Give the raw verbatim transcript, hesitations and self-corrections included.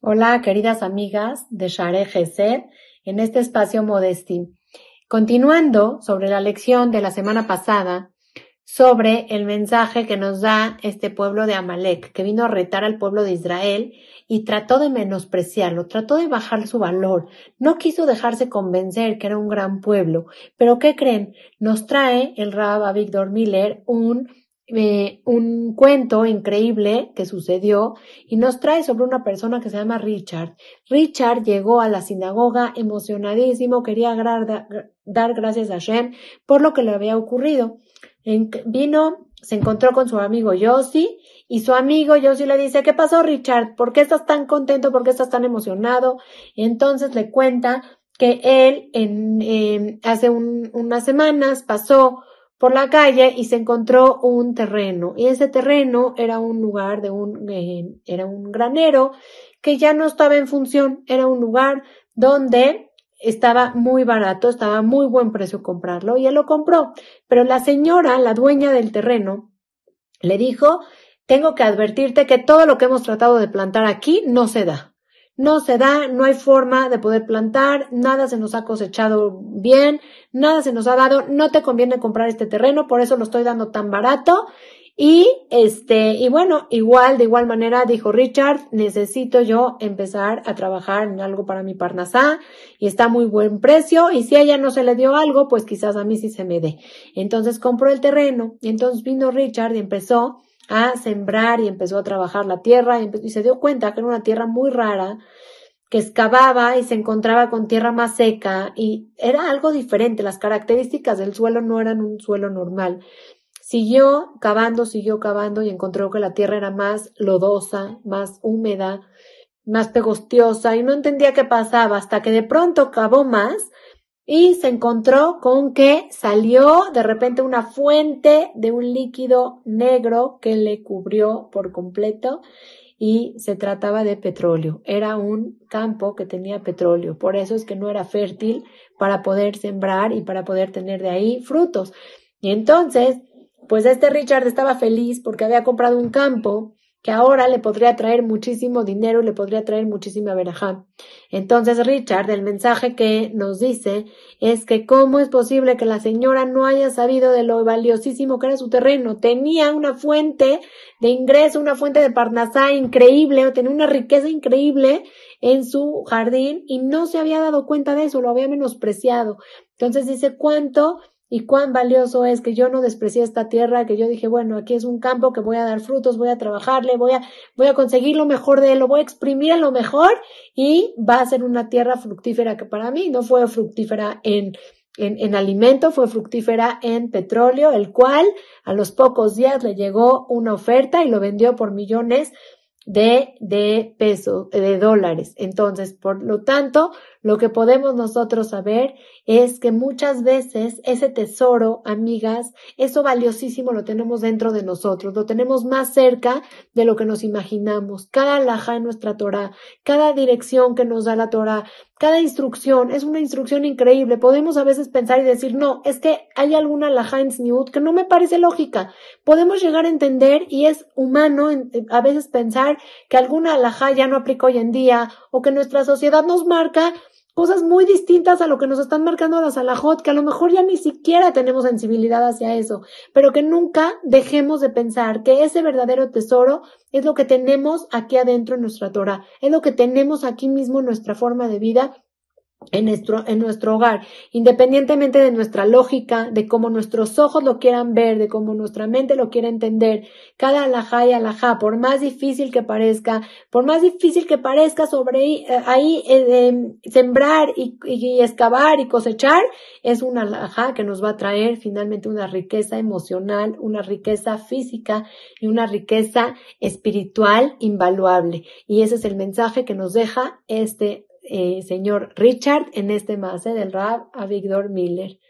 Hola, queridas amigas de Share Gesed, en este espacio Modesty. Continuando sobre la lección de la semana pasada, sobre el mensaje que nos da este pueblo de Amalek, que vino a retar al pueblo de Israel y trató de menospreciarlo, trató de bajar su valor, no quiso dejarse convencer que era un gran pueblo. Pero ¿qué creen? Nos trae el Rab Avigdor Miller un Eh, un cuento increíble que sucedió y nos trae sobre una persona que se llama Richard. Richard llegó a la sinagoga emocionadísimo, quería dar, dar gracias a Hashem por lo que le había ocurrido. En, vino, se encontró con su amigo Yossi y su amigo Yossi le dice: ¿qué pasó, Richard? ¿Por qué estás tan contento? ¿Por qué estás tan emocionado? Y entonces le cuenta que él en, eh, hace un, unas semanas pasó por la calle y se encontró un terreno, y ese terreno era un lugar de un, eh, era un granero que ya no estaba en función, era un lugar donde estaba muy barato, estaba a muy buen precio comprarlo, y él lo compró. Pero la señora, la dueña del terreno, le dijo: tengo que advertirte que todo lo que hemos tratado de plantar aquí no se da. No se da, no hay forma de poder plantar, nada se nos ha cosechado bien, nada se nos ha dado, no te conviene comprar este terreno, por eso lo estoy dando tan barato. Y este, y bueno, igual, de igual manera, dijo Richard: necesito yo empezar a trabajar en algo para mi parnasá, y está a muy buen precio, y si a ella no se le dio algo, pues quizás a mí sí se me dé. Entonces compró el terreno, y entonces vino Richard y empezó a sembrar y empezó a trabajar la tierra, y, empezó, y se dio cuenta que era una tierra muy rara, que excavaba y se encontraba con tierra más seca, y era algo diferente, las características del suelo no eran un suelo normal. Siguió cavando, siguió cavando y encontró que la tierra era más lodosa, más húmeda, más pegostiosa, y no entendía qué pasaba, hasta que de pronto cavó más y se encontró con que salió de repente una fuente de un líquido negro que le cubrió por completo, y se trataba de petróleo. Era un campo que tenía petróleo, por eso es que no era fértil para poder sembrar y para poder tener de ahí frutos. Y entonces, pues este Richard estaba feliz porque había comprado un campo que ahora le podría traer muchísimo dinero, le podría traer muchísima verajá. Entonces Richard, el mensaje que nos dice es que cómo es posible que la señora no haya sabido de lo valiosísimo que era su terreno. Tenía una fuente de ingreso, una fuente de parnasá increíble, tenía una riqueza increíble en su jardín y no se había dado cuenta de eso, lo había menospreciado. Entonces dice: cuánto y cuán valioso es que yo no desprecié esta tierra, que yo dije: bueno, aquí es un campo que voy a dar frutos, voy a trabajarle, voy a, voy a conseguir lo mejor de él, lo voy a exprimir a lo mejor, y va a ser una tierra fructífera, que para mí no fue fructífera en, en, en alimento, fue fructífera en petróleo, el cual a los pocos días le llegó una oferta y lo vendió por millones de, de pesos, de dólares. Entonces, por lo tanto, lo que podemos nosotros saber es que muchas veces ese tesoro, amigas, eso valiosísimo lo tenemos dentro de nosotros, lo tenemos más cerca de lo que nos imaginamos. Cada alajá en nuestra Torá, cada dirección que nos da la Torá, cada instrucción es una instrucción increíble. Podemos a veces pensar y decir: no, es que hay alguna alajá en Tzniut que no me parece lógica. Podemos llegar a entender, y es humano a veces pensar que alguna alajá ya no aplica hoy en día, o que nuestra sociedad nos marca cosas muy distintas a lo que nos están marcando las alajot, que a lo mejor ya ni siquiera tenemos sensibilidad hacia eso, pero que nunca dejemos de pensar que ese verdadero tesoro es lo que tenemos aquí adentro en nuestra Torá, es lo que tenemos aquí mismo en nuestra forma de vida, en nuestro, en nuestro hogar, independientemente de nuestra lógica, de cómo nuestros ojos lo quieran ver, de cómo nuestra mente lo quiera entender. Cada alajá y alajá, por más difícil que parezca, por más difícil que parezca sobre eh, ahí eh, eh, sembrar y, y excavar y cosechar, es una alajá que nos va a traer finalmente una riqueza emocional, una riqueza física y una riqueza espiritual invaluable. Y ese es el mensaje que nos deja este Eh, señor Richard en este mase del Rab Avigdor Miller.